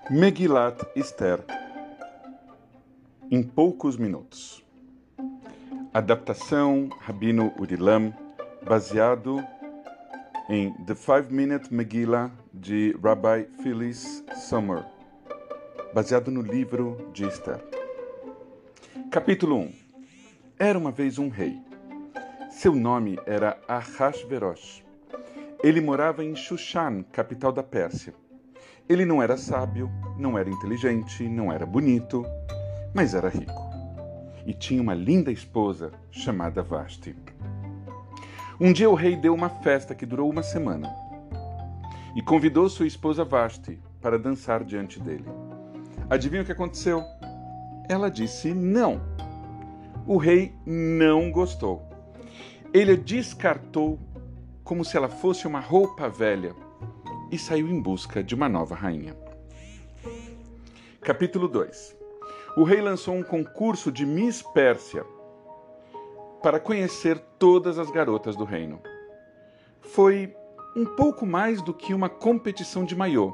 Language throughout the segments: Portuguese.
Megilat Esther, em poucos minutos. Adaptação Rabino Urilam, baseado em The 5-Minute Megillah de Rabbi Phyllis Sommer, baseado no livro de Esther. Capítulo 1. Era uma vez um rei. Seu nome era Ahasverosh. Ele morava em Shushan, capital da Pérsia. Ele não era sábio, não era inteligente, não era bonito, mas era rico. E tinha uma linda esposa chamada Vashti. Um dia o rei deu uma festa que durou uma semana e convidou sua esposa Vashti para dançar diante dele. Adivinha o que aconteceu? Ela disse não. O rei não gostou. Ele a descartou como se ela fosse uma roupa velha e saiu em busca de uma nova rainha. Capítulo 2. O rei lançou um concurso de Miss Pérsia para conhecer todas as garotas do reino. Foi um pouco mais do que uma competição de maiô.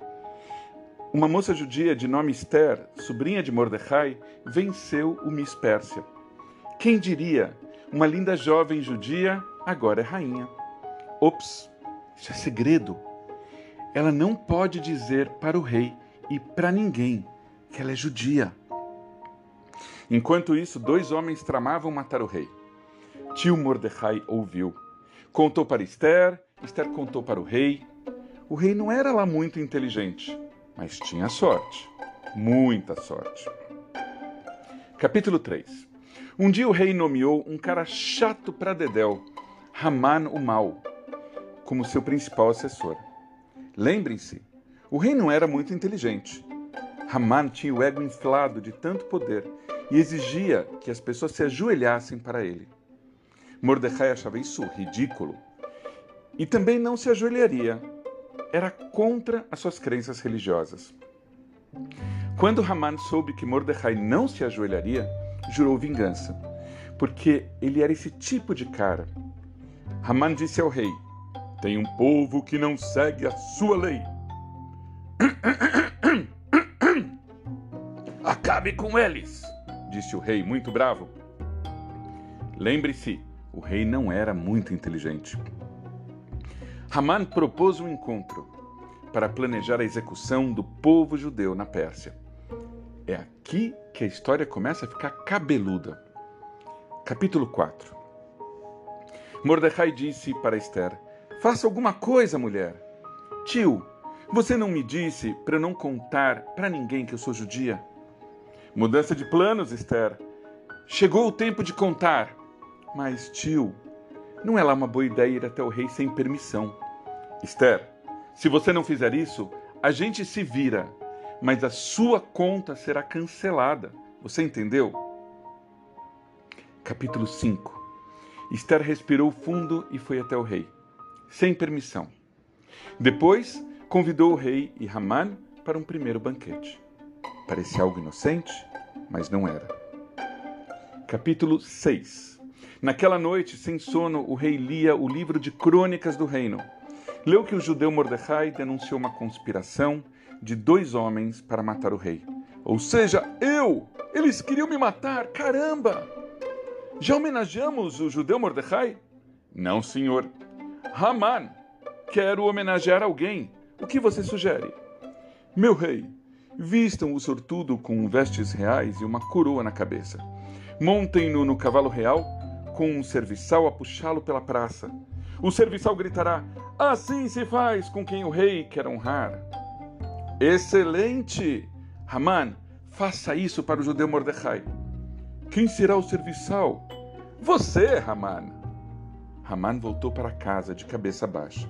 Uma moça judia de nome Esther, sobrinha de Mordecai, venceu o Miss Pérsia. Quem diria, uma linda jovem judia agora é rainha. Ops, isso é segredo. Ela não pode dizer para o rei e para ninguém que ela é judia. Enquanto isso, 2 homens tramavam matar o rei. Tio Mordecai ouviu. Contou para Esther, Esther contou para o rei. O rei não era lá muito inteligente, mas tinha sorte, muita sorte. Capítulo 3. Um dia o rei nomeou um cara chato pra dedéu, Haman o Mau, como seu principal assessor. Lembrem-se, o rei não era muito inteligente. Haman tinha o ego inflado de tanto poder e exigia que as pessoas se ajoelhassem para ele. Mordecai achava isso ridículo e também não se ajoelharia. Era contra as suas crenças religiosas. Quando Haman soube que Mordecai não se ajoelharia, jurou vingança, porque ele era esse tipo de cara. Haman disse ao rei: tem um povo que não segue a sua lei. Acabe com eles, disse o rei, muito bravo. Lembre-se, o rei não era muito inteligente. Haman propôs um encontro para planejar a execução do povo judeu na Pérsia. É aqui que a história começa a ficar cabeluda. Capítulo 4. Mordecai disse para Esther: faça alguma coisa, mulher. Tio, você não me disse para eu não contar para ninguém que eu sou judia? Mudança de planos, Esther. Chegou o tempo de contar. Mas, tio, não é lá uma boa ideia ir até o rei sem permissão. Esther, se você não fizer isso, a gente se vira, mas a sua conta será cancelada. Você entendeu? Capítulo 5. Esther respirou fundo e foi até o rei, sem permissão. Depois, convidou o rei e Haman para um primeiro banquete. Parecia algo inocente, mas não era. Capítulo 6. Naquela noite, sem sono, o rei lia o livro de crônicas do reino. Leu que o judeu Mordecai denunciou uma conspiração de 2 homens para matar o rei. Ou seja, eles queriam me matar, caramba! Já homenageamos o judeu Mordecai? Não, senhor. Haman, quero homenagear alguém. O que você sugere? Meu rei, vistam o sortudo com vestes reais e uma coroa na cabeça. Montem-no no cavalo real com um serviçal a puxá-lo pela praça. O serviçal gritará: assim se faz com quem o rei quer honrar. Excelente! Haman, faça isso para o judeu Mordecai. Quem será o serviçal? Você, Haman. Haman voltou para casa de cabeça baixa.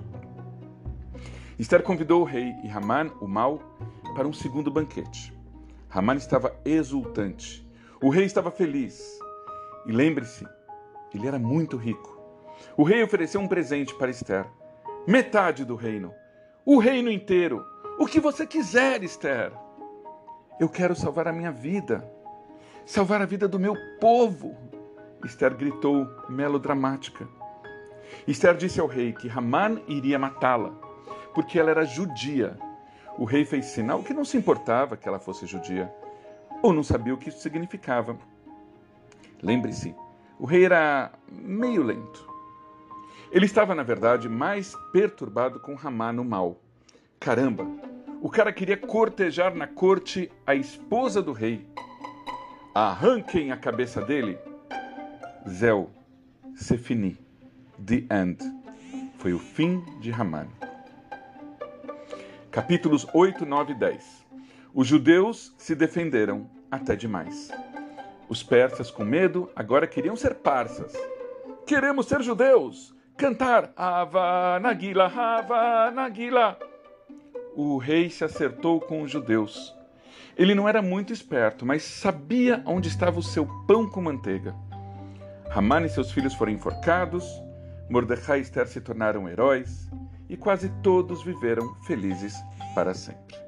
Esther convidou o rei e Haman, o mau, para um segundo banquete. Haman estava exultante. O rei estava feliz. E lembre-se, ele era muito rico. O rei ofereceu um presente para Esther. Metade do reino. O reino inteiro. O que você quiser, Esther. Eu quero salvar a minha vida. Salvar a vida do meu povo. Esther gritou, melodramática. Esther disse ao rei que Haman iria matá-la, porque ela era judia. O rei fez sinal que não se importava que ela fosse judia, ou não sabia o que isso significava. Lembre-se, o rei era meio lento. Ele estava, na verdade, mais perturbado com Haman o mal. Caramba, o cara queria cortejar na corte a esposa do rei. Arranquem a cabeça dele. Zéu, c'est fini. The end. Foi o fim de Haman. Capítulos 8, 9 e 10. Os judeus se defenderam até demais. Os persas, com medo, agora queriam ser parsas. Queremos ser judeus! Cantar Hava Nagila, Hava Nagila! O rei se acertou com os judeus. Ele não era muito esperto, mas sabia onde estava o seu pão com manteiga. Haman e seus filhos foram enforcados, Mordecai e Esther se tornaram heróis, e quase todos viveram felizes para sempre.